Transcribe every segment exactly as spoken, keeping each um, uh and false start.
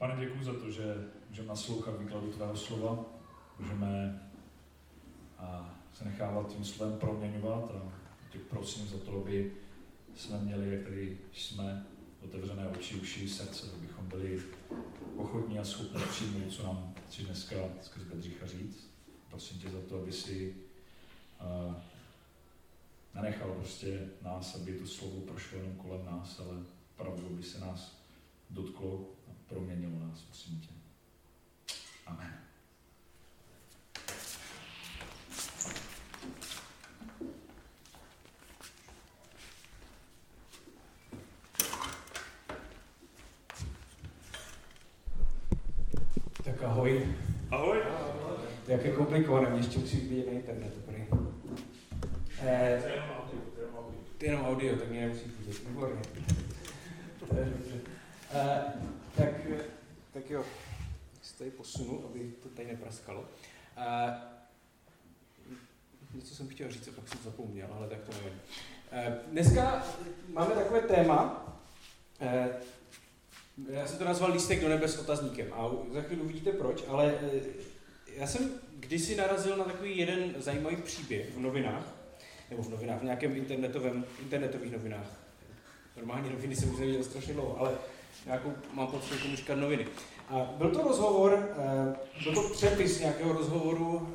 Pane, děkuji za to, že můžeme naslouchat výkladu tvého slova, můžeme a se nechávat tím slovem proměňovat a tě prosím za to, aby jsme měli, jak tady jsme, otevřené oči, uši, srdce, abychom byli ochotní a schopni přijmout, co nám chci dneska skrz Bedřicha říct. Prosím tě za to, aby si uh, nenechal prostě nás, aby to slovo prošlo jenom kolem nás, ale opravdu, aby se nás dotklo a proměnilo nás, prosím tě. Amen. Tak ahoj. Ahoj. To je jak je komplikované, mě ještě musí být na internetu. Eh, to je jenom audio, tak mě nemusí vidět. Výborně. To je dobře. Eh, tak, tak jo, se tady posunu, aby to tady nepraskalo. Eh, něco jsem chtěl říct, a pak jsem zapomněl, ale tak to nevím. Eh, dneska máme takové téma, eh, já jsem to nazval Lístek do nebe s otazníkem a za chvíli uvidíte proč, ale já jsem kdysi narazil na takový jeden zajímavý příběh v novinách, nebo v novinách, v nějakém internetovém, internetových novinách. Normální noviny jsem už neviděl strašně dlouho, ale nějakou, mám pocit, že tomu říkat noviny. A byl to rozhovor, byl to přepis nějakého rozhovoru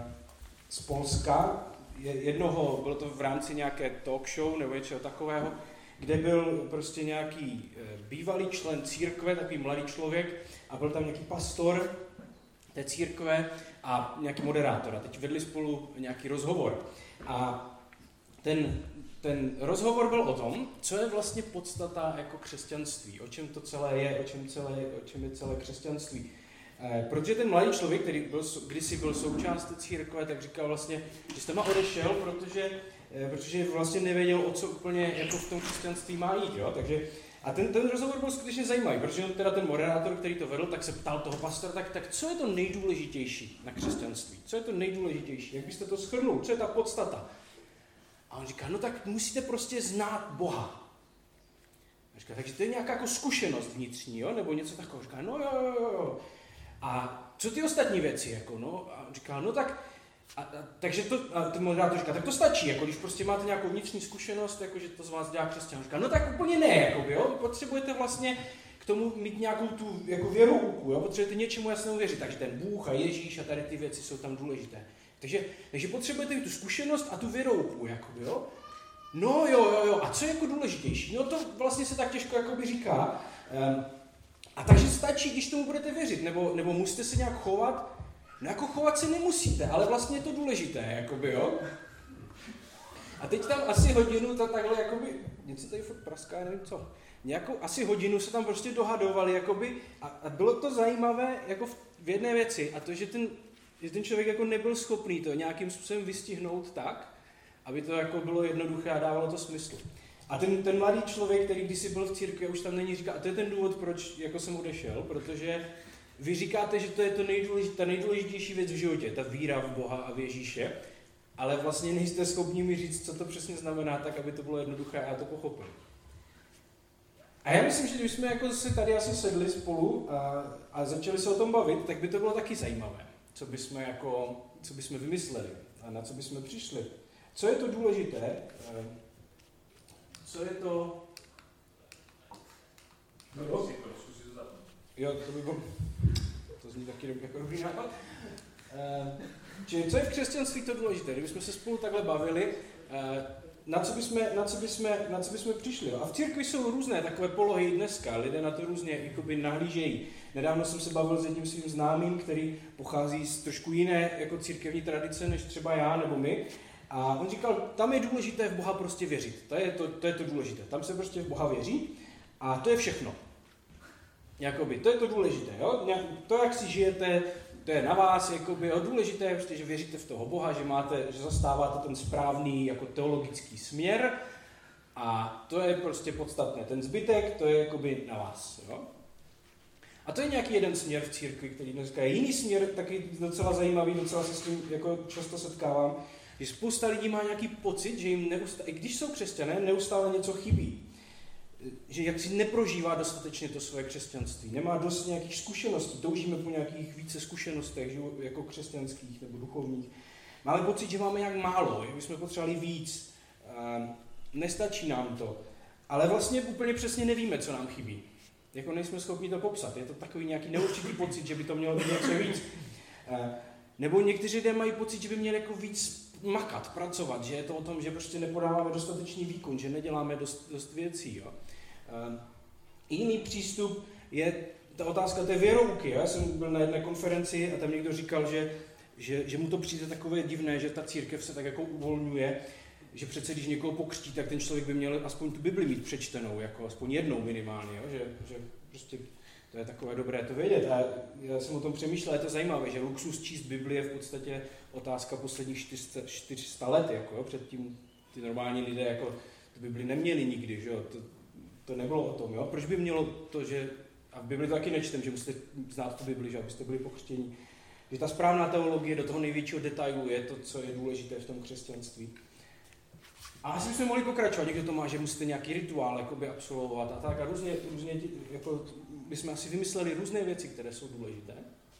z Polska, jednoho, bylo to v rámci nějaké talk show nebo něčeho takového, kde byl prostě nějaký bývalý člen církve, takový mladý člověk a byl tam nějaký pastor té církve a nějaký moderátor. A teď vedli spolu nějaký rozhovor. A ten, ten rozhovor byl o tom, co je vlastně podstata jako křesťanství, o čem to celé je, o čem, celé, o čem je celé křesťanství. E, protože ten mladý člověk, který byl, kdysi byl součástí církve, tak říkal vlastně, že jste ma odešel, protože protože vlastně nevěděl, o co úplně jako v tom křesťanství má jít, jo? Takže a ten, ten rozhovor byl skutečně zajímavý, protože on teda ten moderátor, který to vedl, tak se ptal toho pastora, tak, tak co je to nejdůležitější na křesťanství? Co je to nejdůležitější? Jak byste to shrnul? Co je ta podstata? A on říká, no tak musíte prostě znát Boha. A říká, takže to je nějaká jako zkušenost vnitřní, jo? Nebo něco takového. Říká, no jo, jo, jo. A co ty ostatní věci, jako no? A on říká, no tak A, a, takže to, a ten moderátor říká, tak to stačí, jako když prostě máte nějakou vnitřní zkušenost, jako že to z vás dělá křesťan. Říká, no tak úplně ne, jako, jo? Potřebujete vlastně k tomu mít nějakou tu jako věrouku, jo? Potřebujete něčemu jasnému věřit, takže ten Bůh a Ježíš a tady ty věci jsou tam důležité. Takže, takže potřebujete mít tu zkušenost a tu věrouku, jako, jo? No jo, jo, jo, a co je jako důležitější? No to vlastně se tak těžko jakoby říká. Um, a takže stačí, když tomu budete věřit, nebo, nebo musíte se nějak chovat. No jako chovat se nemusíte, ale vlastně je to důležité, jakoby, jo? A teď tam asi hodinu to takhle, jakoby, něco tady furt praská, nevím co, nějakou asi hodinu se tam prostě dohadovali, jakoby, a, a bylo to zajímavé, jako v, v jedné věci, a to, že ten, že ten člověk jako nebyl schopný to nějakým způsobem vystihnout tak, aby to jako bylo jednoduché a dávalo to smysl. A ten, ten mladý člověk, který kdysi byl v církvi, už tam není, říká, a to je ten důvod, proč jako jsem odešel, protože vy říkáte, že to je to nejdůležitě, ta nejdůležitější věc v životě, ta víra v Boha a v Ježíše, ale vlastně nejste schopni mi říct, co to přesně znamená, tak aby to bylo jednoduché a já to pochopil. A já myslím, že když jsme jako si tady asi sedli spolu a, a začali se o tom bavit, tak by to bylo taky zajímavé, co bychom, jako, co bychom vymysleli a na co bychom přišli. Co je to důležité? Co je to... No, jo, to by bylo... To zní taky jako dobrý nápad. Uh, čiže co je v křesťanství to důležité? Kdybychom se spolu takhle bavili, uh, na, co bychom, na, co bychom, na co bychom přišli? A v církvi jsou různé takové polohy dneska, lidé na to různě jakoby nahlížejí. Nedávno jsem se bavil s jedním svým známým, který pochází z trošku jiné jako církevní tradice, než třeba já nebo my. A on říkal, tam je důležité v Boha prostě věřit. To je to, to, je to důležité. Tam se prostě v Boha věří a to je všechno. Jakoby, to je to důležité, jo? To, jak si žijete, to je na vás, jakoby, jo? Důležité je, prostě, že věříte v toho Boha, že, máte, že zastáváte ten správný jako teologický směr a to je prostě podstatné. Ten zbytek, to je jakoby na vás, jo? A to je nějaký jeden směr v církvi, který dneska je jiný směr, taky docela zajímavý, docela se s tím jako často setkávám, že spousta lidí má nějaký pocit, že jim neustále, i když jsou křesťané, neustále něco chybí. že jak si neprožívá dostatečně to své křesťanství, nemá dost nějakých zkušeností, toužíme po nějakých více zkušenostech, že, jako křesťanských nebo duchovních. Máme pocit, že máme nějak málo, že bychom potřebovali víc, nestačí nám to, ale vlastně úplně přesně nevíme, co nám chybí. Jako nejsme schopni to popsat, je to takový nějaký neurčitý pocit, že by to mělo být něco víc. Nebo někteří lidé mají pocit, že by měli jako víc makat, pracovat, že je to o tom, že prostě nepodáváme dostatečný výkon, že neděláme dost, dost věcí. Jo. Jiný přístup je ta otázka té věrouky. Já jsem byl na jedné konferenci a tam někdo říkal, že, že, že mu to přijde takové divné, že ta církev se tak jako uvolňuje, že přece když někoho pokřtí, tak ten člověk by měl aspoň tu Bibli mít přečtenou, jako aspoň jednou minimálně, jo? Že, že prostě to je takové dobré to vědět. A já jsem o tom přemýšlel, je to zajímavé, že luxus číst Bibli je v podstatě otázka posledních čtyři sta let, jako jo? Předtím ty normální lidé jako tu Bibli neměli nikdy, že jo? To, to nebylo o tom, jo? Proč by mělo to, že, a v Bibli to taky nečtem, že musíte znát tu Bibli, že abyste byli pokřtění, že ta správná teologie do toho největšího detailu je to, co je důležité v tom křesťanství. A asi bychom mohli pokračovat, někdo to má, že musíte nějaký rituál jakoby absolvovat a tak a různě, různě jako, my jsme asi vymysleli různé věci, které jsou důležité.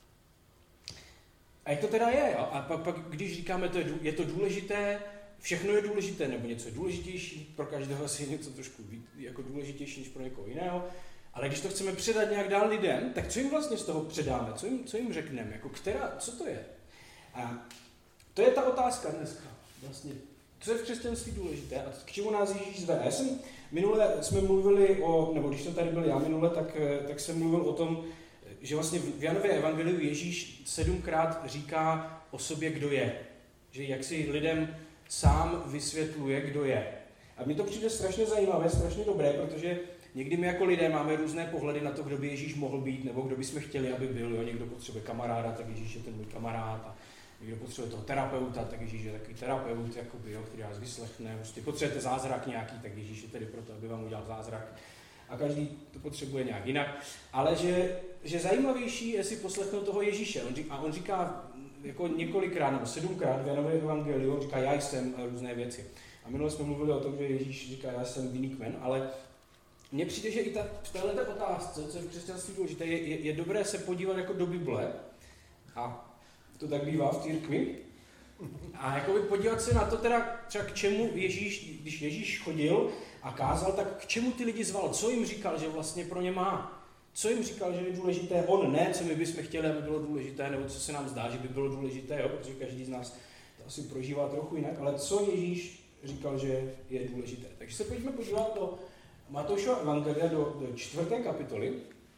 A jak to teda je? A pak, pak když říkáme, to je, je to důležité, všechno je důležité, nebo něco je důležitější, pro každého asi je něco trošku jako důležitější než pro někoho jiného, ale když to chceme předat nějak dál lidem, tak co jim vlastně z toho předáme, co jim, co jim řekneme, jako která, co to je? A to je ta otázka dneska vlastně. Co je v křesťanství důležité a k čemu nás Ježíš zve? Já jsem, minule jsme mluvili o, nebo když to tady byl já minule, tak, tak jsem mluvil o tom, že vlastně v Janově evangeliu Ježíš sedmkrát říká o sobě, kdo je. Že jak si lidem sám vysvětluje, kdo je. A mně to přijde strašně zajímavé, strašně dobré, protože někdy my jako lidé máme různé pohledy na to, kdo by Ježíš mohl být, nebo kdo bychom chtěli, aby byl. Jo? Někdo potřebuje kamaráda, tak Ježíš je ten můj kamarád. A někdo potřebuje toho terapeuta, tak Ježíš je takový terapeut, jakoby, jo, který vás vyslechne. Prostě potřebujete zázrak nějaký, tak Ježíš je tedy proto, aby vám udělal zázrak. A každý to potřebuje nějak jinak. Ale že, že zajímavější je si poslechnout toho Ježíše. On říká, a on říká jako několikrát nebo sedmkrát v Janově evangeliu, on říká, já jsem a různé věci. A minule jsme mluvili o tom, že Ježíš říká, já jsem vinný kmen, ale mně přijde, že i ta, v této otázce, co je v křesťanství důležité, je, je, je dobré se podívat jako do Bible a to tak bývá v církvi. A jakoby podívat se na to teda, třeba k čemu Ježíš, když Ježíš chodil a kázal, tak k čemu ty lidi zval, co jim říkal, že vlastně pro ně má. Co jim říkal, že je důležité, on ne, co my bychom chtěli, aby bylo důležité, nebo co se nám zdá, že by bylo důležité, jo, protože každý z nás to asi prožívá trochu jinak, ale co Ježíš říkal, že je důležité. Takže se pojďme podívat do Matoušova evangelia, do, do čtvrté kapitoly.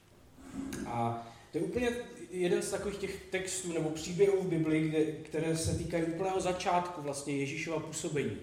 A to je úplně jeden z takových těch textů nebo příběhů v Bibli, kde, které se týkají úplného začátku vlastně Ježíšova působení.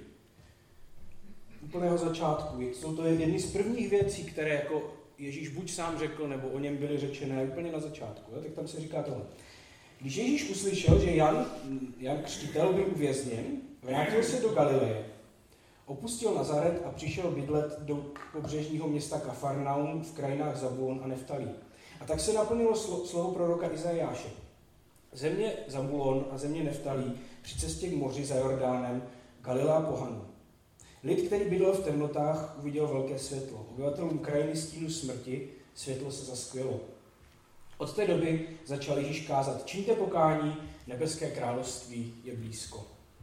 Úplného začátku. Jsou to jedny z prvních věcí, které jako Ježíš buď sám řekl, nebo o něm byly řečené úplně na začátku. Jo? Tak tam se říká tohle. Když Ježíš uslyšel, že Jan, Jan Křtitel byl uvězněn, vrátil se do Galileje. Opustil Nazaret a přišel bydlet do pobřežního města Kafarnaum v krajinách Zabulon a Neftalí. A tak se naplnilo slovo proroka Izajáše. Země Zabulon a země Neftalí při cestě k moři za Jordánem, Galilea pohanů. Lid, který bydlel v temnotách, uviděl velké světlo. Obyvatelům krajiny stínu smrti světlo se zaskvělo. Od té doby začal Ježíš kázat, čiňte pokání, nebeské království je blízko.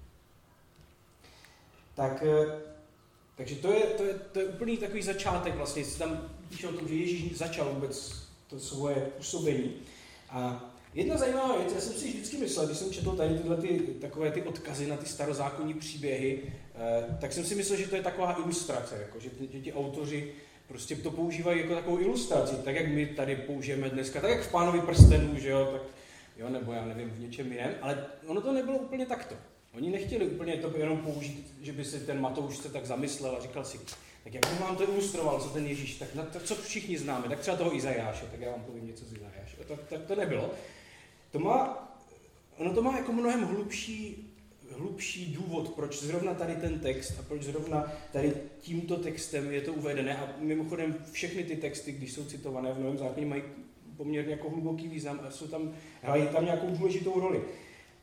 Tak, takže to je, to je, to je úplný takový začátek vlastně. Tam píše o tom, že Ježíš začal vůbec to svoje působení. A jedna zajímavá věc, já jsem si vždycky myslel, když jsem četl tady tyhle ty, takové ty odkazy na ty starozákonní příběhy, eh, tak jsem si myslel, že to je taková ilustrace, jako, že, že ti autoři prostě to používají jako takovou ilustraci, tak jak my tady použijeme dneska, tak jak v Pánovi prstenů, že jo, tak, jo, nebo já nevím, v něčem jiném, ale ono to nebylo úplně takto. Oni nechtěli úplně to jenom použít, že by si ten Matouš se tak zamyslel a říkal si, tak jak bych vám to ilustroval, co ten Ježíš, tak na to, co všichni známe, tak třeba toho Izajáše, tak já vám povím něco z Izajáše. Tak, tak to nebylo. To má, ono to má jako mnohem hlubší, hlubší důvod, proč zrovna tady ten text a proč zrovna tady tímto textem je to uvedené. A mimochodem všechny ty texty, když jsou citované v Novém zákoně, mají poměrně jako hluboký význam a jsou tam, hrají tam nějakou důležitou roli.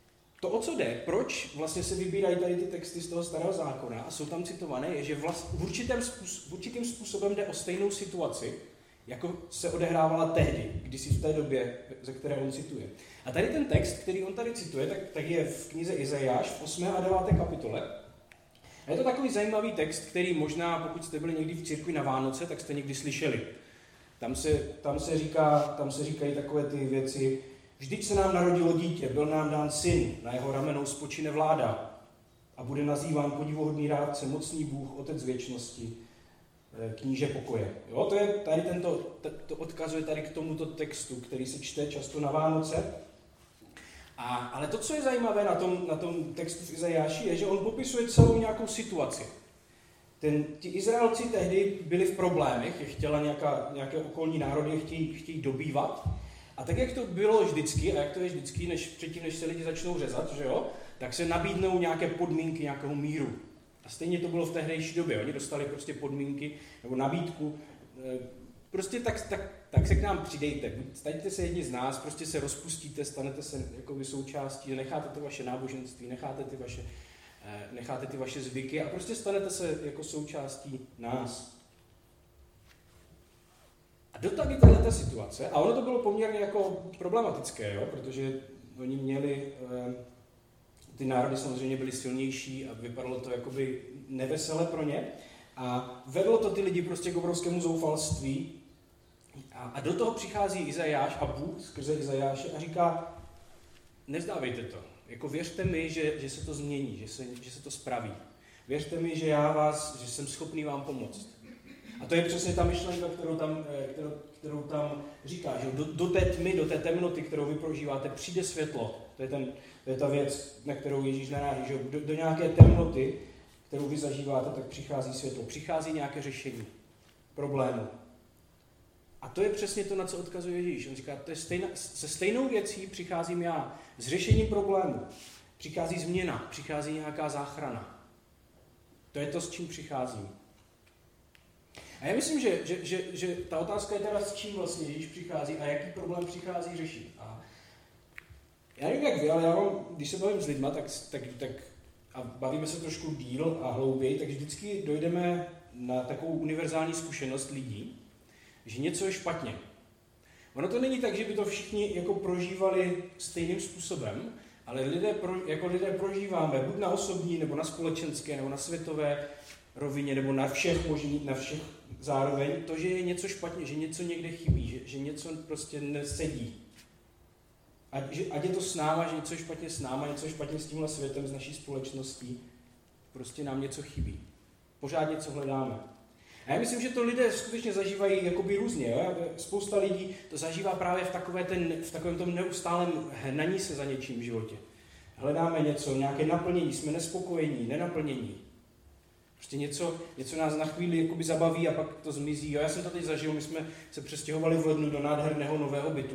to, o co jde, proč vlastně se vybírají tady ty texty z toho starého zákona a jsou tam citované, je, že vlast, v, určitém způsob, v určitým způsobem jde o stejnou situaci, jako se odehrávala tehdy, kdysi v té době, ze které on cituje. A tady ten text, který on tady cituje, tak, tak je v knize Izajáš v osmé a deváté kapitole. A je to takový zajímavý text, který možná, pokud jste byli někdy v církvi na Vánoce, tak jste někdy slyšeli. Tam se, tam se, říká, tam se říkají takové ty věci, vždyť se nám narodilo dítě, byl nám dán syn, na jeho ramenou spočine vláda a bude nazýván podivuhodný rádce, mocný Bůh, otec věčnosti, kníže pokoje. Jo, to je tady tento, to, to odkazuje tady k tomuto textu, který se čte často na Vánoce. A, ale to, co je zajímavé na tom, na tom textu v Izajáši, je, že on popisuje celou nějakou situaci. Ten, ti Izraelci tehdy byli v problémech, je chtěla nějaká, nějaké okolní národy, je chtějí, chtějí dobývat. A tak, jak to bylo vždycky, a jak to je vždycky, než, předtím, než se lidi začnou řezat, že jo, tak se nabídnou nějaké podmínky nějakého míru. A stejně to bylo v tehdejší době. Oni dostali prostě podmínky nebo nabídku. Prostě tak, tak, tak se k nám přidejte. Staňte se jedni z nás, prostě se rozpustíte, stanete se jakoby součástí, necháte to vaše náboženství, necháte ty vaše, necháte ty vaše zvyky a prostě stanete se jako součástí nás. A do tady této situace, a ono to bylo poměrně jako problematické, jo, protože oni měli, ty národy samozřejmě byly silnější a vypadalo to jakoby nevesele pro ně a vedlo to ty lidi prostě k obrovskému zoufalství a, a do toho přichází Izajáš a Bůh skrze Izajáše a říká, nevzdávejte to, jako věřte mi, že, že se to změní, že se, že se to spraví. Věřte mi, že já vás, že jsem schopný vám pomoct. A to je přesně ta myšlenka, kterou tam, kterou, kterou tam říká, že do, do té tmy, do té temnoty, kterou vy prožíváte, přijde světlo. To je, ten, to je ta věc, na kterou Ježíš naráží, že do, do nějaké temnoty, kterou vy zažíváte, tak přichází světlo, přichází nějaké řešení problému. A to je přesně to, na co odkazuje Ježíš. On říká, to je stejna, se stejnou věcí přicházím já, s řešením problému. Přichází změna, přichází nějaká záchrana. To je to, s čím přicházím. A já myslím, že, že, že, že ta otázka je teda, s čím vlastně Ježíš přichází a jaký problém přichází řešit. A já nevím, jak vy, ale já mám, když se bavím s lidma, tak, tak, tak a bavíme se trošku díl a hlouběji, tak vždycky dojdeme na takovou univerzální zkušenost lidí, že něco je špatně. Ono to není tak, že by to všichni jako prožívali stejným způsobem, ale lidé pro, jako lidé prožíváme buď na osobní, nebo na společenské, nebo na světové rovině, nebo na všech možných, na všech zároveň, to, že je něco špatně, že něco někde chybí, že, že něco prostě nesedí. Ať, že, ať je to s náma, že něco je špatně s náma, něco je špatně s tímhle světem, s naší společností, prostě nám něco chybí. Pořád něco hledáme. A já myslím, že to lidé skutečně zažívají jakoby různě. Jo? Spousta lidí to zažívá právě v, takové ten, v takovém tom neustálém hnaní se za něčím v životě. Hledáme něco, nějaké naplnění, jsme nespokojení, nenaplnění. Prostě něco, něco nás na chvíli jakoby zabaví a pak to zmizí. Jo? Já jsem to teď zažil, my jsme se přestěhovali v lednu do nádherného nového bytu.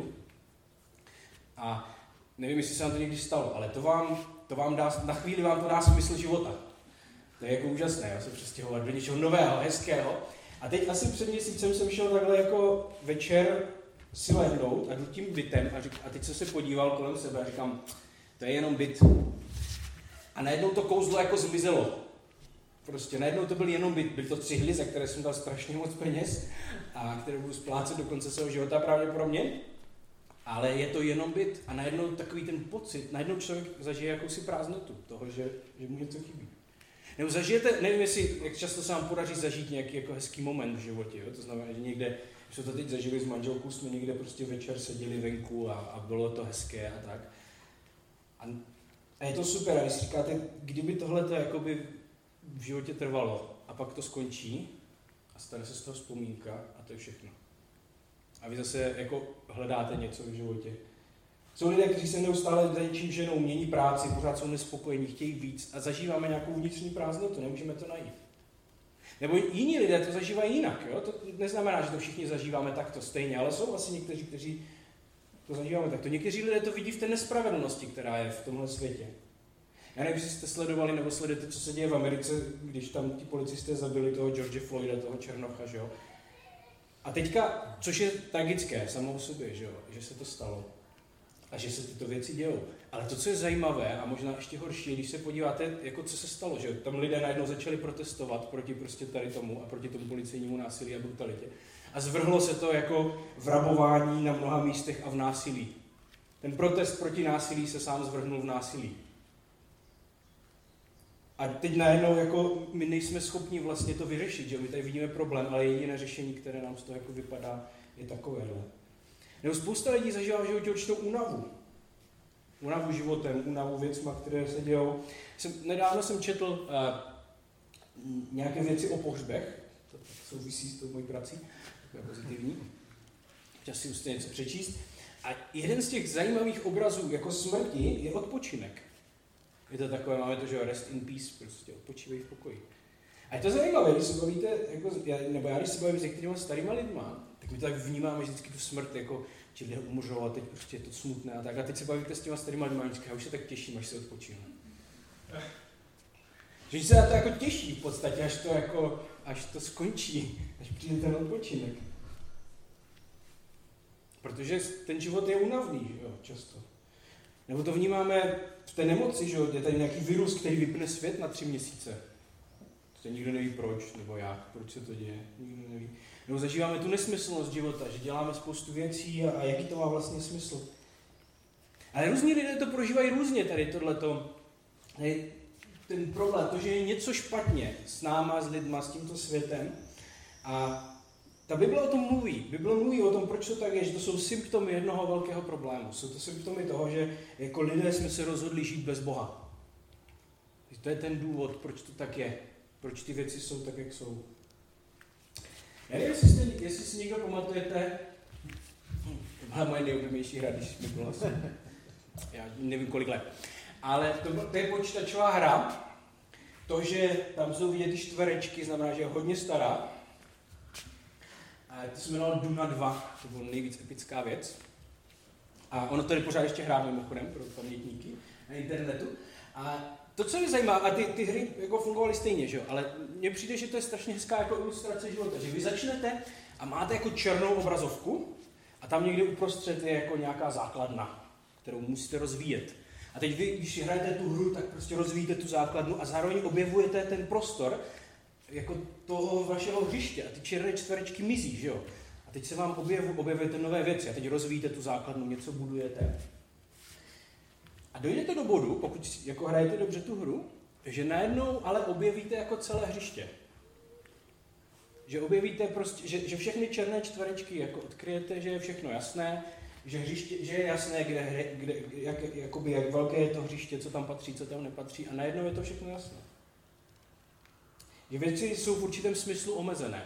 A nevím, jestli se vám to někdy stalo, ale to vám, to vám dá, na chvíli vám to dá smysl života. To je jako úžasné, já se přestěhovat do něčeho nového, hezkého. A teď asi před měsícem jsem šel takhle jako večer si lehnout a jdu tím bytem a, řík, a teď jsem se podíval kolem sebe a říkám, to je jenom byt. A najednou to kouzlo jako zmizelo. Prostě najednou to byl jenom byt. Byly to cihly, za které jsem dal strašně moc peněz a které budu splácet do konce svého života pravděpodobně. Ale je to jenom byt a najednou takový ten pocit, najednou člověk zažije jakousi prázdnotu toho, že, že mu něco chybí. Nebo zažijete, nevím, jestli, jak často se vám podaří zažít nějaký jako hezký moment v životě, jo? To znamená, že někde, když jsme to teď zažili s manželkou, jsme někde prostě večer seděli venku a, a bylo to hezké a tak. A, a je to super, a když si říkáte, kdyby tohle to jakoby v životě trvalo a pak to skončí a stane se z toho vzpomínka a to je všechno. A vy zase jako hledáte něco v životě. Jsou lidé, kteří se neustále za něčím ženou, mění práci, pořád jsou nespokojení, chtějí víc a zažíváme nějakou vnitřní prázdnotu, nemůžeme to najít. Nebo jiní lidé to zažívají jinak, jo? To neznamená, že to všichni zažíváme takto stejně, ale jsou asi někteří, kteří to zažíváme takto. Někteří lidé to vidí v té nespravedlnosti, která je v tomhle světě. Já nevím, jestli jste sledovali nebo sledujete, co se děje v Americe, když tam ti policisté zabili toho George Floyda, toho černocha, že jo? A teďka, což je tragické samo o sobě, že jo, že se to stalo. a že se tyto věci dějou. Ale to, co je zajímavé a možná ještě horší, když se podíváte, jako co se stalo, že tam lidé najednou začali protestovat proti prostě tady tomu a proti tomu policejnímu násilí a brutalitě. A zvrhlo se to jako v rabování na mnoha místech a v násilí. Ten protest proti násilí se sám zvrhnul v násilí. A teď najednou jako my nejsme schopni vlastně to vyřešit, že my tady vidíme problém, ale jediné řešení, které nám z toho jako vypadá, je takovéhle. Nebo spousta lidí zažívá v životě určitou únavu. Únavu životem, únavu věcma, které se dějou. Jsem, nedávno jsem četl uh, nějaké věci o pohřbech, to souvisí s tou mojí prací, takové pozitivní. Čas si musíte něco přečíst. A jeden z těch zajímavých obrazů jako smrti je odpočinek. Je to takové, máme to, že rest in peace, prostě odpočívej v pokoji. A je to zajímavé, když se bavíte, jako, nebo já když se bavím s některýma starýma lidma, tak my to tak vnímáme, že vždycky tu smrt, jako, že lidé umřou a teď prostě je to smutné a tak. A teď se bavíte s těma starýma lidma a já už se tak těším, až se odpočinu. Že se na to jako těší v podstatě, až to, jako, až to skončí, až přijde ten odpočinek. Protože ten život je únavný, jo, často. Nebo to vnímáme v té nemoci, že je tady nějaký virus, který vypne svět na tři měsíce. To nikdo neví proč, nebo jak, proč se to děje, nikdo neví. Nebo zažíváme tu nesmyslnost života, že děláme spoustu věcí a, a jaký to má vlastně smysl. Ale různí lidé to prožívají různě, tady tohleto. Ten problém, to, že je něco špatně s náma, s lidma, s tímto světem. A ta Bible o tom mluví. Bible mluví o tom, proč to tak je, že to jsou symptomy jednoho velkého problému. Jsou to symptomy toho, že jako lidé jsme se rozhodli žít bez Boha. To je ten důvod, proč to tak je. Proč ty věci jsou tak, jak jsou. Já nevím, jestli, jste, jestli si někdo pamatujete, to byla moje nejoblíbenější hra, když mi bylo asi, já nevím kolik let, ale to, to je počítačová hra. To, že tam jsou vidět ty čtverečky, znamená, že je hodně stará. A to se jmenovalo Duna dva, to byla nejvíc epická věc. A ono tady pořád ještě hrá mimochodem pro pamětníky na internetu. A to, co mě zajímá, a ty, ty hry jako fungovaly stejně, že jo? Ale mně přijde, že to je strašně hezká jako ilustrace života, že vy začnete a máte jako černou obrazovku a tam někde uprostřed je jako nějaká základna, kterou musíte rozvíjet. A teď vy, když hrajete tu hru, tak prostě rozvíjíte tu základnu a zároveň objevujete ten prostor jako toho vašeho hřiště a ty černé čtverečky mizí, že jo? A teď se vám objevu, objevujete nové věci a teď rozvíjíte tu základnu, něco budujete. A dojdete do bodu, pokud jako hrajete dobře tu hru, že najednou ale objevíte jako celé hřiště. Že objevíte prostě, že, že všechny černé čtverečky jako odkryjete, že je všechno jasné, že, hřiště, že je jasné, kde, kde, jak, jakoby, jak velké je to hřiště, co tam patří, co tam nepatří a najednou je to všechno jasné. Že věci jsou v určitém smyslu omezené.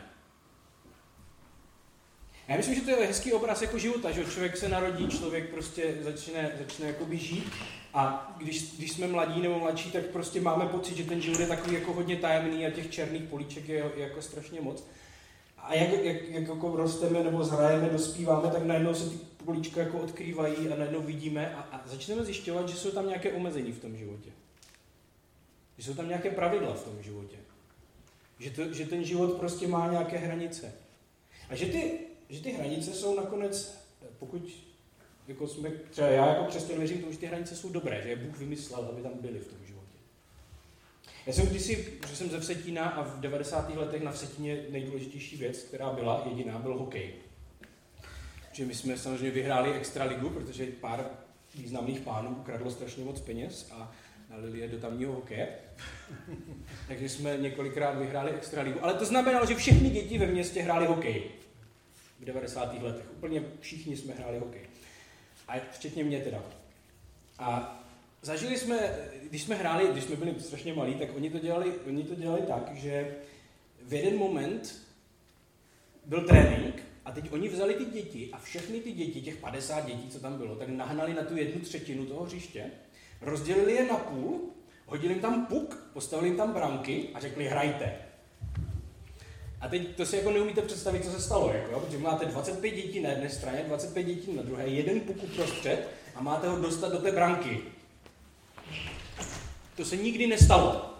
Já myslím, že to je hezký obraz jako života, že člověk se narodí, člověk prostě začne, začne jakoby žít a když, když jsme mladí nebo mladší, tak prostě máme pocit, že ten život je takový jako hodně tajemný a těch černých políček je, je jako strašně moc. A jak, jak, jak jako rosteme nebo zhrajeme, dospíváme, tak najednou se ty políčka jako odkrývají a najednou vidíme a, a začneme zjišťovat, že jsou tam nějaké omezení v tom životě. Že jsou tam nějaké pravidla v tom životě. Že, to, že ten život prostě má nějaké hranice. A že ty, že ty hranice jsou nakonec, pokud jako jsme, třeba já jako křesťan věřím tomu, že ty hranice jsou dobré, že je Bůh vymyslel, aby tam byly v tom životě. Já jsem kdysi, že jsem ze Vsetína a v devadesátých letech na Vsetíně nejdůležitější věc, která byla jediná, byl hokej. Že my jsme samozřejmě vyhráli extraligu, protože pár významných pánů ukradlo strašně moc peněz a nalili je do tamního hokeje. Takže jsme několikrát vyhráli extraligu. Ale to znamenalo, že všechny děti ve městě hráli hokej. V devadesátých letech. Úplně všichni jsme hráli hokej. A včetně mě teda. A zažili jsme, když jsme hráli, když jsme byli strašně malí, tak oni to dělali, oni to dělali tak, že v jeden moment byl trénink a teď oni vzali ty děti a všechny ty děti, těch padesát dětí, co tam bylo, tak nahnali na tu jednu třetinu toho hřiště, rozdělili je na půl, hodili jim tam puk, postavili jim tam branky a řekli hrajte. A teď to si jako neumíte představit, co se stalo, jako, jo? Protože máte dvacet pět dětí na jedné straně, dvacet pět dětí na druhé, jeden puk uprostřed a máte ho dostat do té branky. To se nikdy nestalo.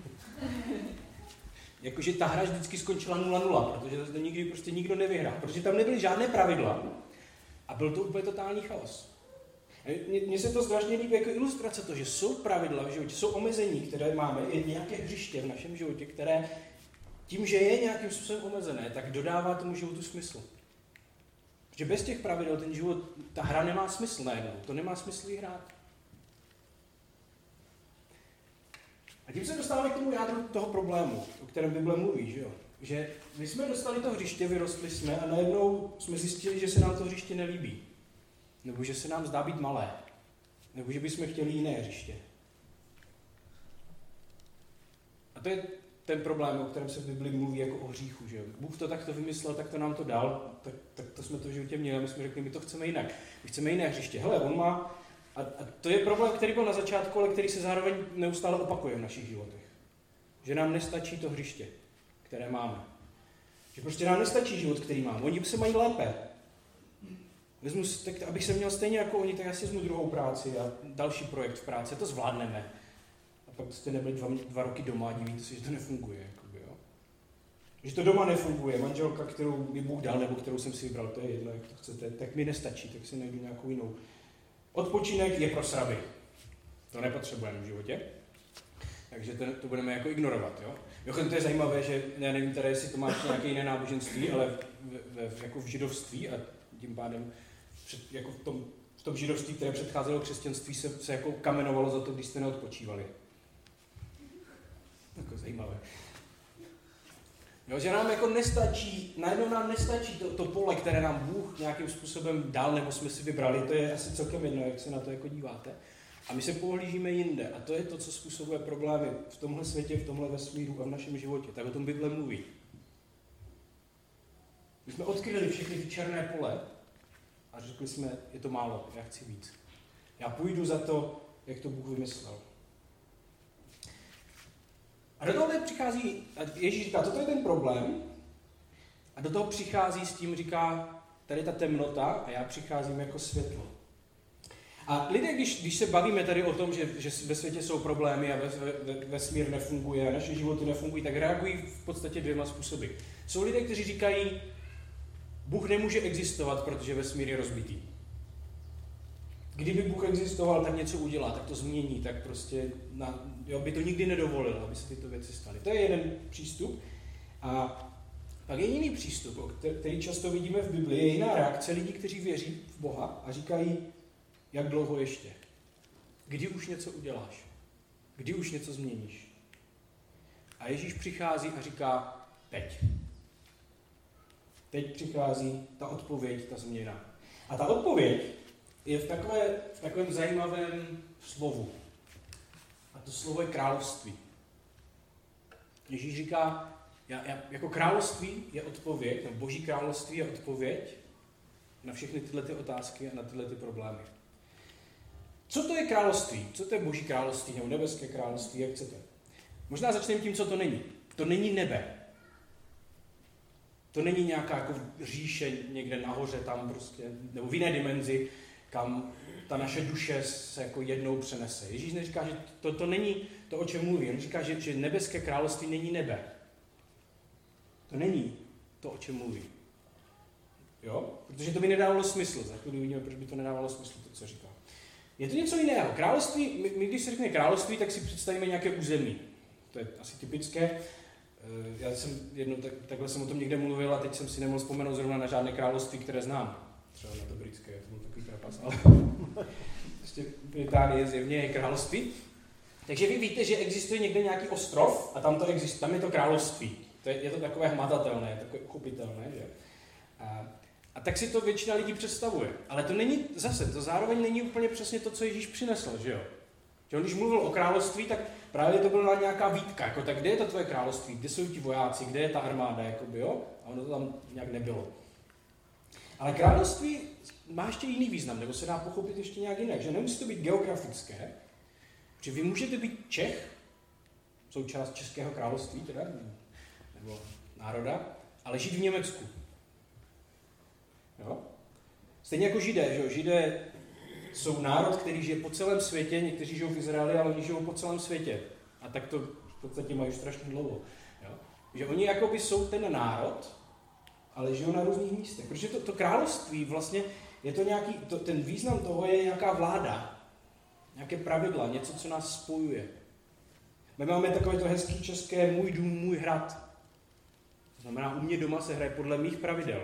Jakože ta hra vždycky skončila nula nula, protože to nikdy prostě nikdo nevyhrál, protože tam nebyly žádné pravidla a byl to úplně totální chaos. Mně se to strašně líbí jako ilustrace to, že jsou pravidla v životě, jsou omezení, které máme, je nějaké hřiště v našem životě, které tím, že je nějakým způsobem omezené, tak dodává tomu životu smysl. Protože bez těch pravidel ten život, ta hra nemá smysl najednou, to nemá smysl jí hrát. A tím se dostáváme k tomu jádru toho problému, o kterém Bible mluví, že jo? Že my jsme dostali to hřiště, vyrostli jsme a najednou jsme zjistili, že se nám to hřiště nelíbí. Nebo že se nám zdá být malé. Nebo že bychom chtěli jiné hřiště. A to je ten problém, o kterém se v Bibli mluví jako o hříchu. Že? Bůh to takto vymyslel, tak to nám to dal, tak, tak to jsme to v životě měli a my jsme řekli, my to chceme jinak. My chceme jiné hřiště. Hele, on má... A, a to je problém, který byl na začátku, ale který se zároveň neustále opakuje v našich životech. Že nám nestačí to hřiště, které máme. Že prostě nám nestačí život, který mám. Oni se mají lépe. Vezmu, tak, abych se měl stejně jako oni, tak já si vezmu druhou práci a další projekt v práci, to zvládneme. A pak jste nebyli dva, dva roky doma a divíte se, že to nefunguje. Jakoby, jo? Že to doma nefunguje. Manželka, kterou mi Bůh dal, nebo kterou jsem si vybral, to je jedno, jak to chcete, tak mi nestačí, tak si najdu nějakou jinou. Odpočinek je pro sraby. To nepotřebujeme v životě. Takže to, to budeme jako ignorovat. Jo? Jo, to je zajímavé, že já nevím teda, jestli to máš nějaké jiné náboženství, ale v, v, jako v židovství a tím pádem před, jako v, tom, v tom židovství, které předcházelo křesťanství, se, se jako kamenovalo za to, když jste neodpočívali. Jako zajímavé. Jo, že nám jako nestačí, najednou nám nestačí to, to pole, které nám Bůh nějakým způsobem dal, nebo jsme si vybrali, to je asi celkem jedno, jak se na to jako díváte. A my se pohlížíme jinde. A to je to, co způsobuje problémy v tomhle světě, v tomhle vesmíru a v našem životě. Tak o tom Bible mluví. My jsme odkryli všechny ty černé pole a řekli jsme, je to málo, já chci víc. Já půjdu za to, jak to Bůh vymyslel. A do toho přichází, a Ježíš říká, toto je ten problém, a do toho přichází s tím, říká, tady ta temnota a já přicházím jako světlo. A lidé, když, když se bavíme tady o tom, že, že ve světě jsou problémy a ve, ve, vesmír nefunguje a naše životy nefungují, tak reagují v podstatě dvěma způsoby. Jsou lidé, kteří říkají, Bůh nemůže existovat, protože vesmír je rozbitý. Kdyby Bůh existoval, tak něco udělá, tak to změní, tak prostě na, jo, by to nikdy nedovolil, aby se tyto věci staly. To je jeden přístup. A pak je jiný přístup, který často vidíme v Biblii, je jiná reakce lidí, kteří věří v Boha a říkají, jak dlouho ještě? Kdy už něco uděláš? Kdy už něco změníš? A Ježíš přichází a říká, teď. Teď přichází ta odpověď, ta změna. A ta odpověď je v, takové, v takovém zajímavém slovu. A to slovo je království. Ježíš říká, já, já, jako království je odpověď, no boží království je odpověď na všechny tyhle ty otázky a na tyhle ty problémy. Co to je království? Co to je boží království nebo nebeské království, jak chcete? Možná začneme tím, co to není. To není nebe. To není nějaká jako říše někde nahoře, tam prostě, nebo v jiné dimenzi, kam ta naše duše se jako jednou přenese. Ježíš neříká, že to, to není to, o čem mluví. On říká, že, že nebeské království není nebe. To není to, o čem mluví. Jo? Protože to by nedávalo smysl. Za chvíli uvidíme, proč by to nedávalo smysl, to, co říká. Je to něco jiného. Království, my, my když se řekne království, tak si představíme nějaké území. To je asi typické. Já jsem jednou, tak, takhle jsem o tom někde mluvil a teď jsem si nemohl vzpomenout zrovna na žádné království, které znám. Třeba na to britské, to byl takový trapas, ale prostě Británie zjevně je království. Takže vy víte, že existuje někde nějaký ostrov a tam, to existuje, tam je to království. To je, je to takové hmatatelné, takové uchopitelné, že? A, a tak si to většina lidí představuje. Ale to není, zase, to zároveň není úplně přesně to, co Ježíš přinesl, že jo? Že on, když mluvil o království, tak právě to byla nějaká výtka, jako tak kde je to tvoje království, kde jsou ti vojáci, kde je ta armáda, jakoby, jo? A ono to tam nějak nebylo. Ale království má ještě jiný význam, nebo se dá pochopit ještě nějak jinak, že nemusí to být geografické, že vy můžete být Čech, součást Českého království, teda, nebo národa, ale žít v Německu. Jo? Stejně jako Židé, že jo? Židé jsou národ, který žije po celém světě, někteří žijou v Izraeli, ale oni žijou po celém světě. A tak to v podstatě mají strašně dlouho. Jo? Že oni jakoby jsou ten národ, ale žijou na různých místech. Protože to, to království vlastně Je to nějaký, to, ten význam toho je nějaká vláda, nějaké pravidla, něco, co nás spojuje. My máme takové to hezký české můj dům, můj hrad. To znamená, u mě doma se hraje podle mých pravidel.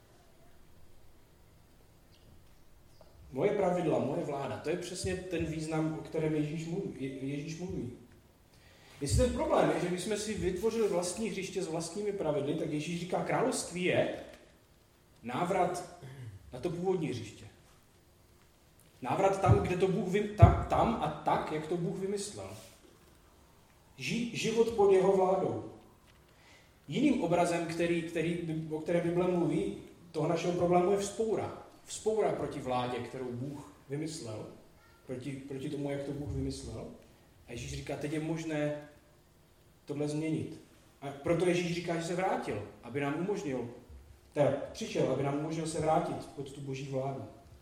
Moje pravidla, moje vláda, to je přesně ten význam, o kterém Ježíš mluví. Ježíš mluví. Jestli ten problém je, že my jsme si vytvořili vlastní hřiště s vlastními pravidly, tak Ježíš říká, království je návrat na to původní hřiště. Návrat tam, kde to Bůh vy, tam, tam a tak, jak to Bůh vymyslel. Ži, život pod jeho vládou. Jiným obrazem, který, který, o kterém Bible mluví, toho našeho problému je vzpoura. Vzpoura proti vládě, kterou Bůh vymyslel. Proti, proti tomu, jak to Bůh vymyslel. A Ježíš říká, teď je možné tohle změnit. A proto Ježíš říká, že se vrátil, aby nám umožnil, teda přišel, aby nám umožnil se vrátit pod tu boží vládu.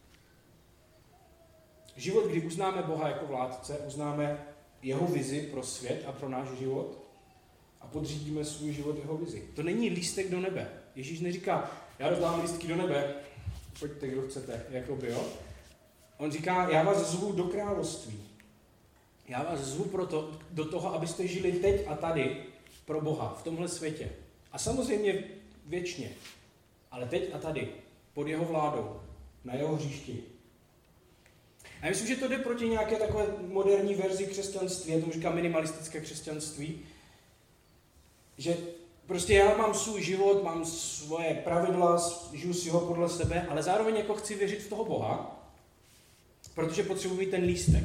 Život, kdy uznáme Boha jako vládce, uznáme jeho vizi pro svět a pro náš život a podřídíme svůj život jeho vizi. To není lístek do nebe. Ježíš neříká, já rozdám lístky do nebe, pojďte, kdo chcete, jakoby, jo. On říká, já vás zvu do království. Já vás zvu proto, do toho, abyste žili teď a tady pro Boha, v tomhle světě. A samozřejmě věčně. Ale teď a tady, pod jeho vládou, na jeho hřišti. A já myslím, že to jde proti nějaké takové moderní verzi křesťanství, já tomu říkám minimalistické křesťanství, že prostě já mám svůj život, mám svoje pravidla, žiju si ho podle sebe, ale zároveň jako chci věřit v toho Boha, protože potřebuji mít ten lístek.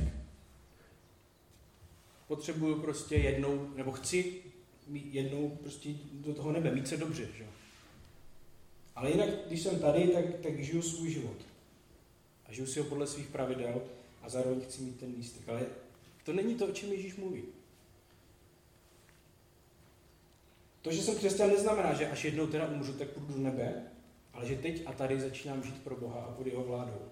Potřebuju prostě jednou, nebo chci mít jednou prostě do toho nebe, mít se dobře, že? Ale jinak, když jsem tady, tak, tak žiju svůj život. A žiju si ho podle svých pravidel a zároveň chci mít ten lístek. Ale to není to, o čem Ježíš mluví. To, že jsem křesťan, neznamená, že až jednou teda umřu, tak půjdu do nebe, ale že teď a tady začínám žít pro Boha a pod jeho vládou.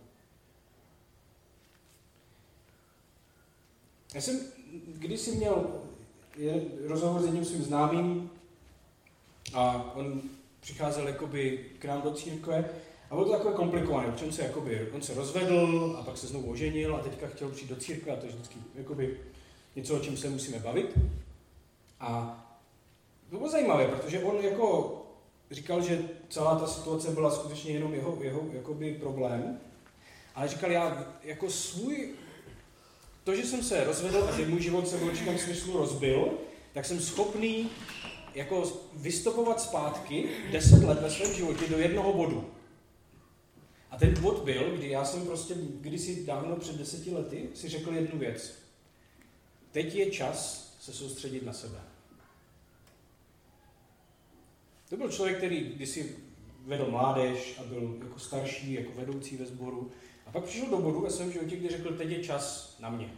Já jsem kdysi měl rozhovor s jedním svým známým a on přicházel jakoby k nám do církve a bylo to takové komplikované, protože on se, jakoby, on se rozvedl a pak se znovu oženil a teďka chtěl přijít do církve a to je vždycky jakoby něco, o čem se musíme bavit. A to bylo zajímavé, protože on jako říkal, že celá ta situace byla skutečně jenom jeho, jeho jakoby problém, ale říkal, já jako svůj, to, že jsem se rozvedl a že můj život se v určitém smyslu rozbil, tak jsem schopný jako vystopovat zpátky deset let ve svém životě do jednoho bodu. A ten bod byl, kdy já jsem prostě kdysi dávno před deseti lety si řekl jednu věc. Teď je čas se soustředit na sebe. To byl člověk, který kdysi vedl mládež a byl jako starší, jako vedoucí ve sboru. A pak přišel do bodu ve svém životě, kdy řekl, teď je čas na mě.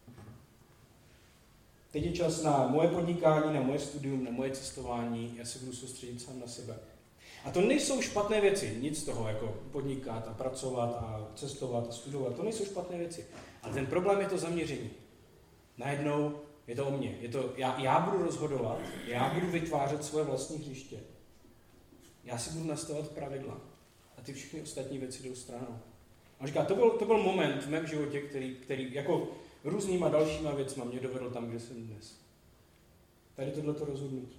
Teď je čas na moje podnikání, na moje studium, na moje cestování, já se budu soustředit sám na sebe. A to nejsou špatné věci, nic z toho, jako podnikat a pracovat a cestovat a studovat, to nejsou špatné věci. Ale ten problém je to zaměření. Najednou je to o mně, je to, já, já budu rozhodovat, já budu vytvářet svoje vlastní hřiště. Já si budu nastavovat pravidla a ty všechny ostatní věci jdou stranou. On říká, to byl, to byl moment v mém životě, který, který jako různýma dalšíma věcma mě dovedl tam, kde jsem dnes. Tady tohleto rozhodnutí.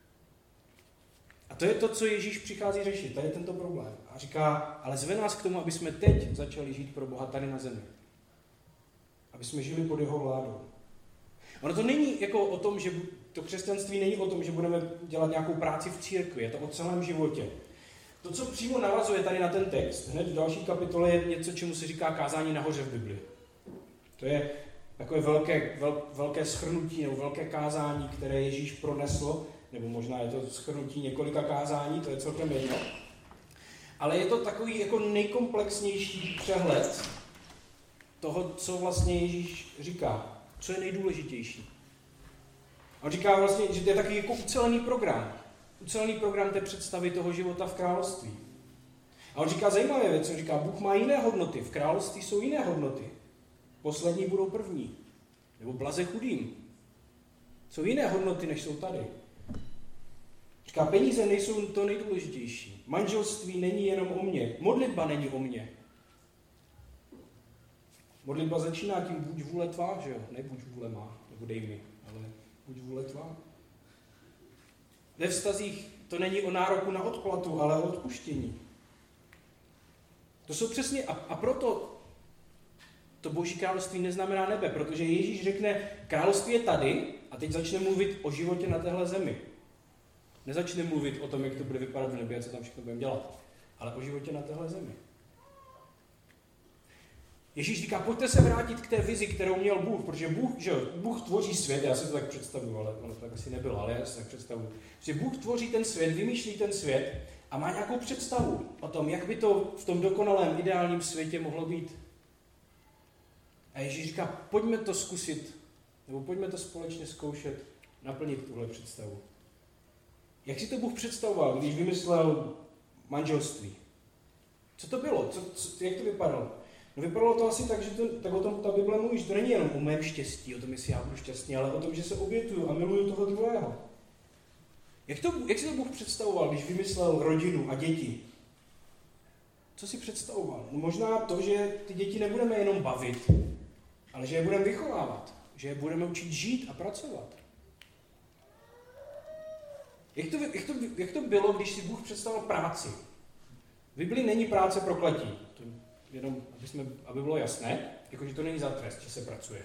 A to je to, co Ježíš přichází řešit, tady je tento problém. A říká, ale zve nás k tomu, aby jsme teď začali žít pro Boha tady na zemi. Aby jsme žili pod jeho vládou. Ono to není jako o tom, že to křesťanství není o tom, že budeme dělat nějakou práci v církvi, je to o celém životě. To, co přímo navazuje tady na ten text, hned v další kapitole je něco, čemu se říká kázání nahoře v Bibli. To je takové velké, vel, velké shrnutí nebo velké kázání, které Ježíš pronesl, nebo možná je to shrnutí několika kázání, to je celkem jedno. Ale je to takový jako nejkomplexnější přehled toho, co vlastně Ježíš říká, co je nejdůležitější. On říká vlastně, že to je takový jako ucelený program. Ucelený program té představy toho života v království. A on říká zajímavé věci, on říká, Bůh má jiné hodnoty, v království jsou jiné hodnoty. Poslední budou první. Nebo blaze chudým. Jsou jiné hodnoty, než jsou tady. Říká, peníze nejsou to nejdůležitější. Manželství není jenom o mně. Modlitba není o mně. Modlitba začíná tím buď vůle tvá, že jo? Ne buď vůle má, nebo dej mi, ale buď vůle tvá. Ve vztazích to není o nároku na odplatu, ale o odpuštění. To jsou přesně, a, a proto to Boží království neznamená nebe, protože Ježíš řekne, království je tady a teď začne mluvit o životě na téhle zemi. Nezačne mluvit o tom, jak to bude vypadat v nebi a co tam všechno budeme dělat, ale o životě na téhle zemi. Ježíš říká, pojďte se vrátit k té vizi, kterou měl Bůh, protože Bůh, že jo, Bůh tvoří svět, já si to tak představuju, ale ono to tak asi nebylo, ale já si tak představuju. Že Bůh tvoří ten svět, vymýšlí ten svět a má nějakou představu o tom, jak by to v tom dokonalém, ideálním světě mohlo být. A Ježíš říká, pojďme to zkusit, nebo pojďme to společně zkoušet, naplnit tuhle představu. Jak si to Bůh představoval, když vymyslel manželství? Co to bylo? Co, co, jak to vypadalo? No vypadalo to asi tak, že to, tak o tom ta Bible mluví, že to není jenom o mém štěstí, o tom, jestli já budu šťastný, ale o tom, že se obětuju a miluju toho druhého. Jak, to, jak si to Bůh představoval, když vymyslel rodinu a děti? Co si představoval? No možná to, že ty děti nebudeme jenom bavit, ale že je budeme vychovávat, že je budeme učit žít a pracovat. Jak to, jak to, jak to bylo, když si Bůh představoval práci? V Biblii není práce prokletí. To jenom, aby, jsme, aby bylo jasné, jakože to není za trest, že se pracuje.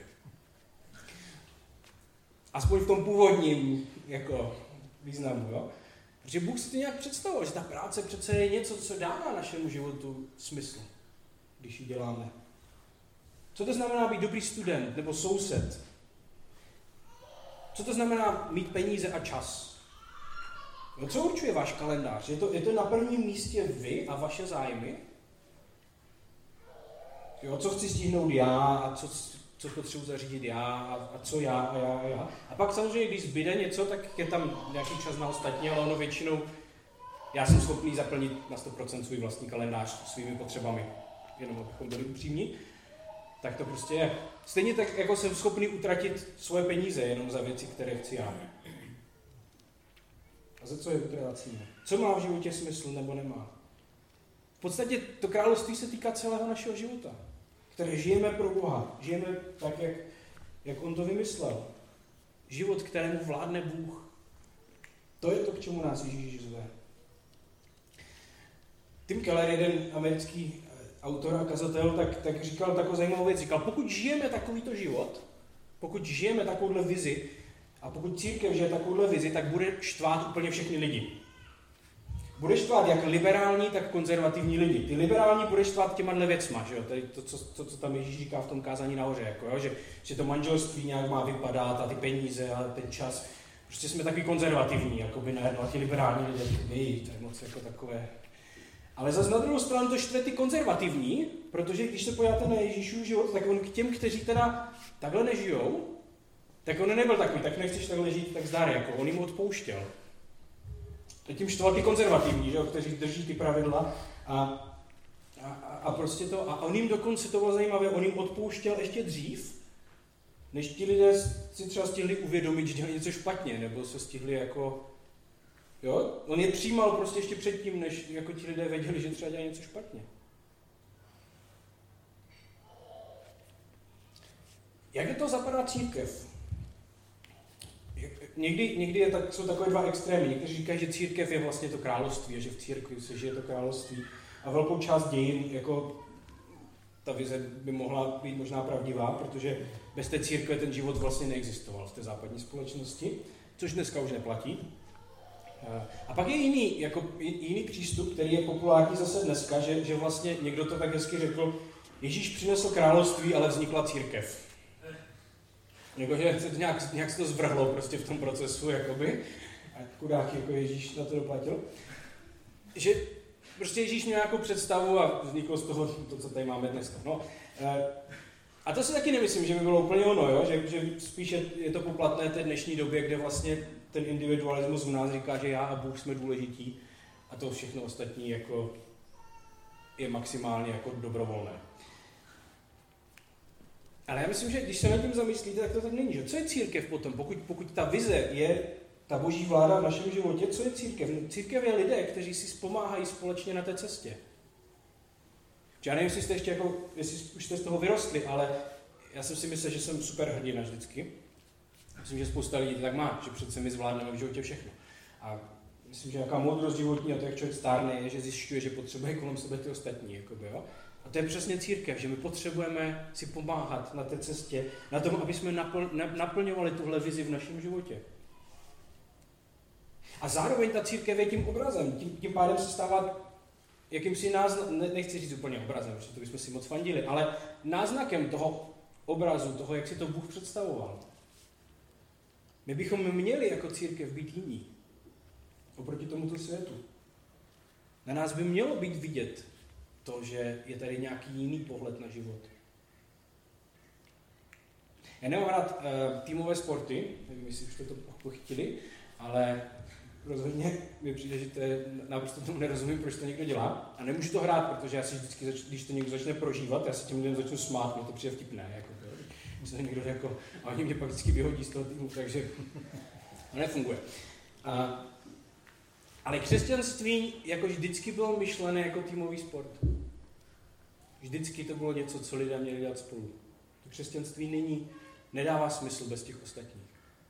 Aspoň v tom původním jako, významu. Jo? Protože Bůh si to nějak představoval, že ta práce přece je něco, co dává našemu životu smysl, když ji děláme. Co to znamená být dobrý student nebo soused? Co to znamená mít peníze a čas? No, co určuje váš kalendář? Je to, je to na prvním místě vy a vaše zájmy? Jo, co chci stihnout já a co, co potřebuji zařídit já a, a co já a já a já. A pak samozřejmě, když zbyde něco, tak je tam nějaký čas na ostatní, ale ono většinou, já jsem schopný zaplnit na sto procent svůj vlastní kalendář svými potřebami, jenom abychom byli upřímní. Tak to prostě je. Stejně tak, jako jsem schopný utratit svoje peníze jenom za věci, které chci já. A za co je utrácíme? Co má v životě smysl nebo nemá? V podstatě to království se týká celého našeho života, které žijeme pro Boha. Žijeme tak, jak, jak on to vymyslel. Život, kterému vládne Bůh. To je to, k čemu nás Ježíš zve. Tim Keller, jeden americký autor a kazatel, tak, tak říkal takovou zajímavou věc. Říkal, pokud žijeme takovýto život, pokud žijeme takovouhle vizi, a pokud církev žije takovouhle vizi, tak bude štvát úplně všechny lidi. Bude štvát jak liberální, tak konzervativní lidi. Ty liberální bude štvát těma věcma, že jo? Tady to, co, to, co tam Ježíš říká v tom kázání nahoře, jako, jo? Že, že to manželství nějak má vypadat a ty peníze a ten čas. Prostě jsme takový konzervativní, jako by najednou, a ti liberální lidé, nej, to je moc jako takové. Ale zase na druhou stranu to štve ty konzervativní, protože když se podíváte na Ježíšův život, tak on k těm, kteří teda takhle nežijou, tak on nebyl takový, tak nechceš takhle žít, tak zdar, jako on jim odpouštěl. To tím štval ty konzervativní, že, kteří drží ty pravidla a, a, a prostě to, a on jim dokonce, to bylo zajímavé, on jim odpouštěl ještě dřív, než ti lidé si třeba stihli uvědomit, že dělali něco špatně, nebo se stihli jako, jo, on je přijímal prostě ještě předtím, než jako ti lidé věděli, že třeba dělají něco špatně. Jak je to zapadá církev? Někdy, někdy je tak, jsou takové dva extrémy. Někteří říkají, že církev je vlastně to království a že v církvi se žije to království. A velkou část dějin, jako ta vize by mohla být možná pravdivá, protože bez té církve ten život vlastně neexistoval v té západní společnosti, což dneska už neplatí. A pak je jiný, jako jiný přístup, který je populární zase dneska, že, že vlastně někdo to tak hezky řekl, Ježíš přinesl království, ale vznikla církev. Jakože se to nějak, nějak se to zvrhlo prostě v tom procesu, jakoby. A chudák jako Ježíš na to doplatil. Že prostě Ježíš měl nějakou představu a vzniklo z toho to, co tady máme dneska. No, a to si taky nemyslím, že by bylo úplně ono, jo? Že, že spíš je, je to poplatné té dnešní době, kde vlastně ten individualismus v nás říká, že já a Bůh jsme důležití a to všechno ostatní jako je maximálně jako dobrovolné. Ale já myslím, že když se nad tím zamyslíte, tak to tak není. Že? Co je církev potom? Pokud, pokud ta vize je ta boží vláda v našem životě, co je církev? Církev je lidé, kteří si pomáhají společně na té cestě. Já nevím, jestli jste ještě jako, jestli už jste z toho vyrostli, ale já jsem si myslel, že jsem super hrdina vždycky. Myslím, že spousta lidí to tak má, že přece my zvládneme v životě všechno. A myslím, že jaká moudrost životní a to, jak člověk stárne, je, že zjišťuje, že potřebuje kolem sebe ty ostatní. Jakoby, jo? A to je přesně církev, že my potřebujeme si pomáhat na té cestě, na tom, aby jsme napl, naplňovali tuhle vizi v našem životě. A zároveň ta církev je tím obrazem, tím, tím pádem se stává jakýmsi náznakem, ne, nechci říct úplně obrazem, protože to bychom si moc fandili, ale náznakem toho obrazu, toho, jak si to Bůh představoval. My bychom měli jako církev být jiní oproti tomuto světu. Na nás by mělo být vidět to, že je tady nějaký jiný pohled na život. Já nemám rád uh, týmové sporty, nevím, jestli už jste to pochytili, ale rozhodně mi přijde, že to je, naprosto tomu nerozumím, proč to někdo dělá. A nemůžu to hrát, protože já si vždycky, zač, když to někdo začne prožívat, já si těm lidem začnu smát, mě to přijde vtipné. Jako, když to někdo jako, a oni mě pak vždycky vyhodí z toho týmu, takže to nefunguje. A, ale křesťanství jako vždycky bylo myšlené jako týmový sport. Vždycky to bylo něco, co lidé měli dělat spolu. To křesťanství není, nedává smysl bez těch ostatních.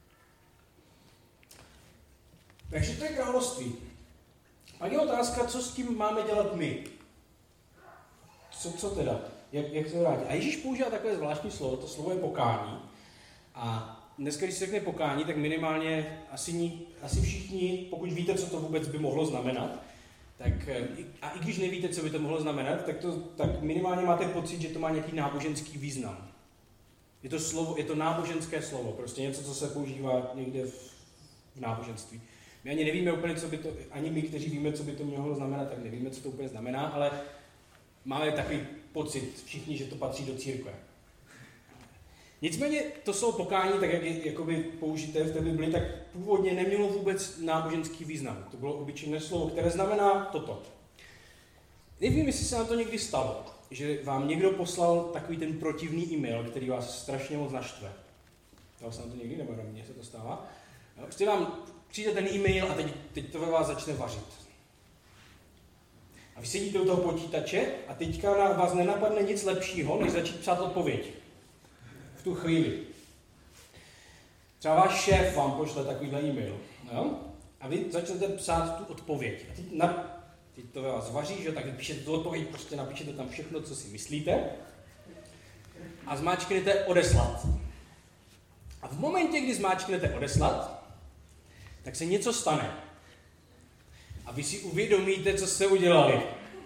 Takže to je království. Pak je otázka, co s tím máme dělat my. Co, co teda? Jak, jak se vrátit? A Ježíš používá takové zvláštní slovo, to slovo je pokání. A dneska, když se řekne pokání, tak minimálně asi, ní, asi všichni, pokud víte, co to vůbec by mohlo znamenat, tak, a i když nevíte, co by to mohlo znamenat, tak, to, tak minimálně máte pocit, že to má nějaký náboženský význam. Je to, slovo, je to náboženské slovo, prostě něco, co se používá někde v, v náboženství. My ani nevíme úplně, co by to, ani my, kteří víme, co by to mohlo znamenat, tak nevíme, co to úplně znamená, ale máme takový pocit všichni, že to patří do církve. Nicméně to slovo pokání, tak jak je jakoby použité v té Bibli, tak původně nemělo vůbec náboženský význam. To bylo obyčejné slovo, které znamená toto. Nevím, jestli se nám to někdy stalo, že vám někdo poslal takový ten protivný e-mail, který vás strašně moc naštve. Stalo se nám to někdy, nebo na mě se to stává. Prostě vám přijde ten e-mail a teď, teď to ve vás začne vařit. A vy sedíte u toho počítače a teďka na vás nenapadne nic lepšího, než začít psát odpověď. V tu chvíli. Třeba váš šéf vám pošle takovýhle e-mail. Jo? A vy začnete psát tu odpověď. A teď, na, teď to ve vás vaří, že? Tak vy píšete tu odpověď, prostě napíšete tam všechno, co si myslíte. A zmáčknete odeslat. A v momentě, kdy zmáčknete odeslat, tak se něco stane. A vy si uvědomíte, co jste udělali.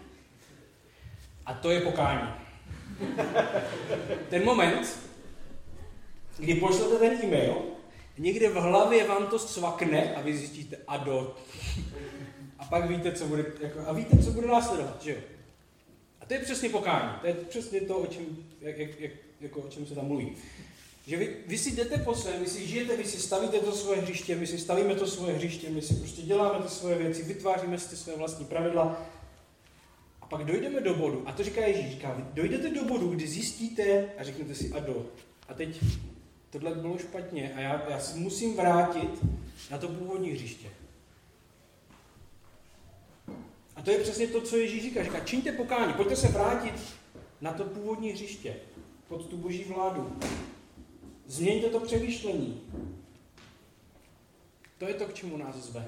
A to je pokání. Ten moment, kdy pošlete ten e-mail, někde v hlavě vám to svakne a vy zjistíte a do. A pak víte, co bude, jako, a víte, co bude následovat, že jo? A to je přesně pokání. To je přesně to, o čem, jak, jak, jak, jako, o čem se tam mluví. Že vy, vy si jdete po svém, vy si žijete, vy si stavíte to svoje hřiště, my si stavíme to svoje hřiště, my si prostě děláme ty svoje věci, vytváříme si ty své vlastní pravidla. A pak dojdeme do bodu, a to říká Ježíš, říká, vy dojdete do bodu, kdy zjistíte a řeknete si a do. A teď tohle bylo špatně a já, já si musím vrátit na to původní hřiště. A to je přesně to, co Ježíš říká. Říká, čiňte pokání, pojďte se vrátit na to původní hřiště, pod tu boží vládu. Změňte to přemýšlení. To je to, k čemu nás zve.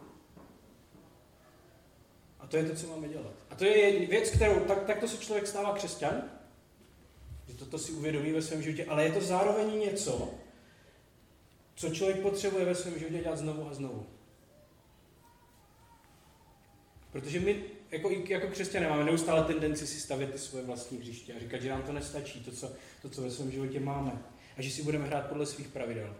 A to je to, co máme dělat. A to je věc, kterou, tak, takto se člověk stává křesťan, že toto si uvědomí ve svém životě, ale je to zároveň něco, co člověk potřebuje ve svém životě dělat znovu a znovu. Protože my jako, jako křesťané máme neustále tendenci si stavět ty svoje vlastní hřiště a říkat, že nám to nestačí, to co, to, co ve svém životě máme. A že si budeme hrát podle svých pravidel.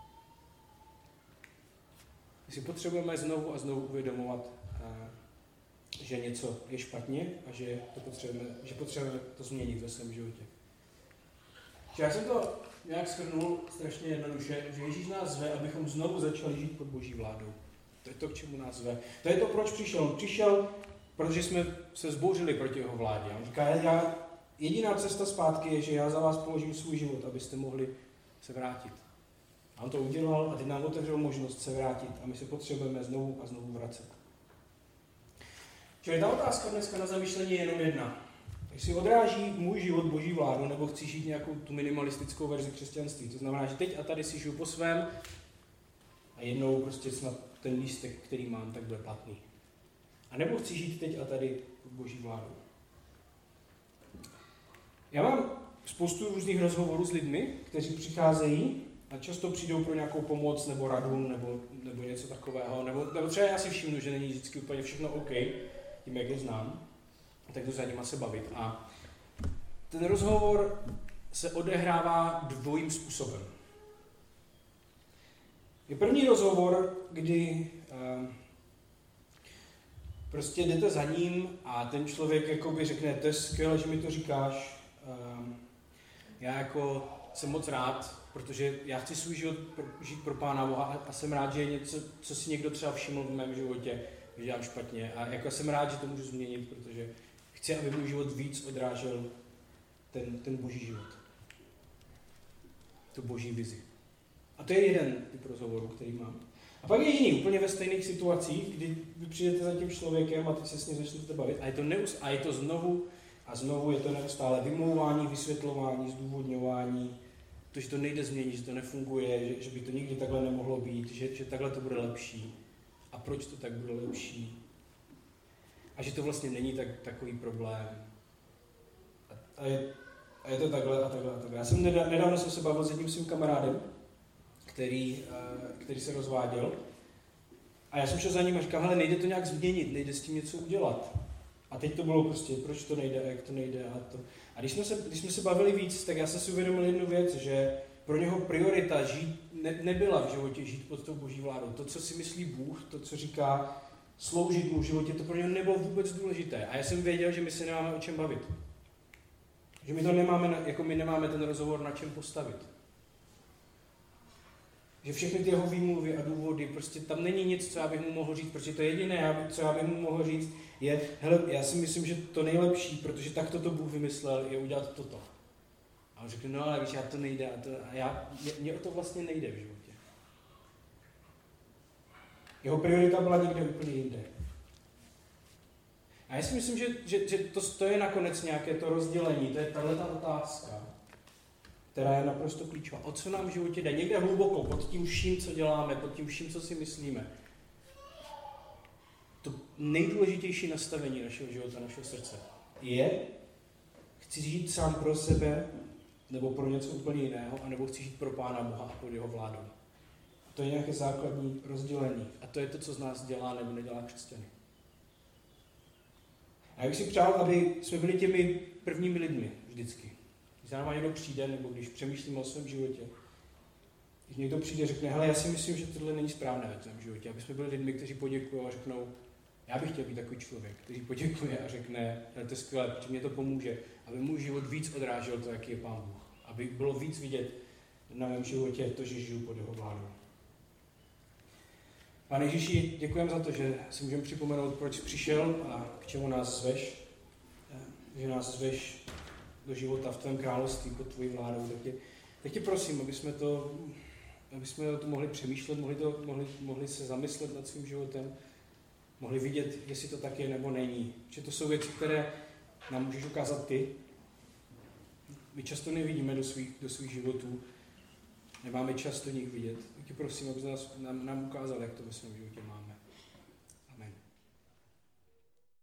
My si potřebujeme znovu a znovu uvědomovat, že něco je špatně a že, to potřebujeme, že potřebujeme to změnit ve svém životě. Že já jsem to nějak shrnul strašně jednoduše, že Ježíš nás zve, abychom znovu začali žít pod boží vládou. To je to, k čemu nás zve. To je to, proč přišel. On přišel, protože jsme se vzbouřili proti jeho vládě. On říká, já, jediná cesta zpátky je, že já za vás položím svůj život, abyste mohli se vrátit. A on to udělal a teď nám otevřel možnost se vrátit a my se potřebujeme znovu a znovu vracet. Čili ta otázka dneska na zamýšlení je jenom jedna. jestli odráží můj život boží vládu, nebo chci žít nějakou tu minimalistickou verzi křesťanství. To znamená, že teď a tady si žiju po svém a jednou prostě snad ten lístek, který mám, tak bude platný. A nebo chci žít teď a tady boží vládu. Já mám spoustu různých rozhovorů s lidmi, kteří přicházejí a často přijdou pro nějakou pomoc nebo radu nebo, nebo něco takového. Nebo, nebo třeba já si všimnu, že není vždycky úplně všechno OK, tím, jak je znám, tak to za nima se bavit. A ten rozhovor se odehrává dvojím způsobem. Je první rozhovor, kdy uh, prostě jdete za ním a ten člověk jakoby řekne, to je skvělé, že mi to říkáš, uh, já jako jsem moc rád, protože já chci svůj život žít pro Pána Boha a jsem rád, že je něco, co si někdo třeba všiml v mém životě, že dělám špatně a jako jsem rád, že to můžu změnit, protože chci, aby můj život víc odrážel ten, ten boží život. Tu boží vizi. A to je jeden typ rozhovoru, který mám. A pak je jiný, úplně ve stejných situacích, kdy vy přijdete za tím člověkem a teď se s ním začnete bavit a je to, neust- a je to znovu a znovu je to neustále vymlouvání, vysvětlování, zdůvodňování, to, že to nejde změnit, že to nefunguje, že, že by to nikdy takhle nemohlo být, že, že takhle to bude lepší. A proč to tak bude lepší? A že to vlastně není tak, takový problém. A, a, je, a je to takhle a takhle a takhle. Já jsem nedávno, nedávno jsem se bavil s jedním svým kamarádem, který, který se rozváděl. A já jsem šel za ním a říkal, hele, nejde to nějak změnit, nejde s tím něco udělat. A teď to bylo prostě, proč to nejde a jak to nejde a to. A když jsme se, když jsme se bavili víc, tak já jsem si uvědomil jednu věc, že pro něho priorita žít ne, nebyla v životě žít pod tou boží vládou. To, co si myslí Bůh, to, co říká sloužit mu v životě, to pro něho nebylo vůbec důležité. A já jsem věděl, že my se nemáme o čem bavit. Že my to nemáme, jako my nemáme ten rozhovor na čem postavit. Že všechny ty jeho výmluvy a důvody, prostě tam není nic, co já bych mu mohl říct, protože to jediné, co já bych mu mohl říct, je, hele, já si myslím, že to nejlepší, protože tak to Bůh vymyslel, je udělat toto. A on řekl, no ale víš, já to nejde, a, to, a já, mně o to vlastně nejde v životě. Jeho priorita byla někde úplně jinde. A já si myslím, že, že, že to, to je nakonec nějaké to rozdělení, to je tahleta otázka, která je naprosto klíčová. O co nám v životě jde? Někde hluboko, pod tím vším, co děláme, pod tím vším, co si myslíme. To nejdůležitější nastavení našeho života, našeho srdce je, chci žít sám pro sebe, nebo pro něco úplně jiného, anebo chci žít pro Pána Boha a pod jeho vládou. To je nějaké základní rozdělení. A to je to, co z nás dělá nebo nedělá křesťany. A já bych si přál, aby jsme byli těmi prvními lidmi vždycky. Když za náma někdo přijde, nebo když přemýšlíme o svém životě, když někdo přijde a řekne, hele, já si myslím, že tohle není správné ve tvém životě, aby jsme byli lidmi, kteří poděkují a řeknou, já bych chtěl být takový člověk, který poděkuje a řekne, to je skvělé, protože mě to pomůže, aby můj život víc odrážel to, jaký je Pán Bůh. Aby bylo víc vidět na mém životě to, že žiju pod jeho vládou. Pane Ježíši, děkujeme za to, že si můžeme připomenout, proč jsi přišel a k čemu nás zveš. Že nás zveš do života v tvém království pod tvojí vládou. Tak tě, tak tě prosím, aby jsme to, aby jsme to mohli přemýšlet, mohli, to, mohli, mohli se zamyslet nad svým životem, mohli vidět, jestli to tak je nebo není. Že to jsou věci, které nám můžeš ukázat ty. My často nevidíme do svých, do svých životů, nemáme čas do nich vidět. Tak tě prosím, aby nás, nám, nám ukázal, jak to ve svém životě máme.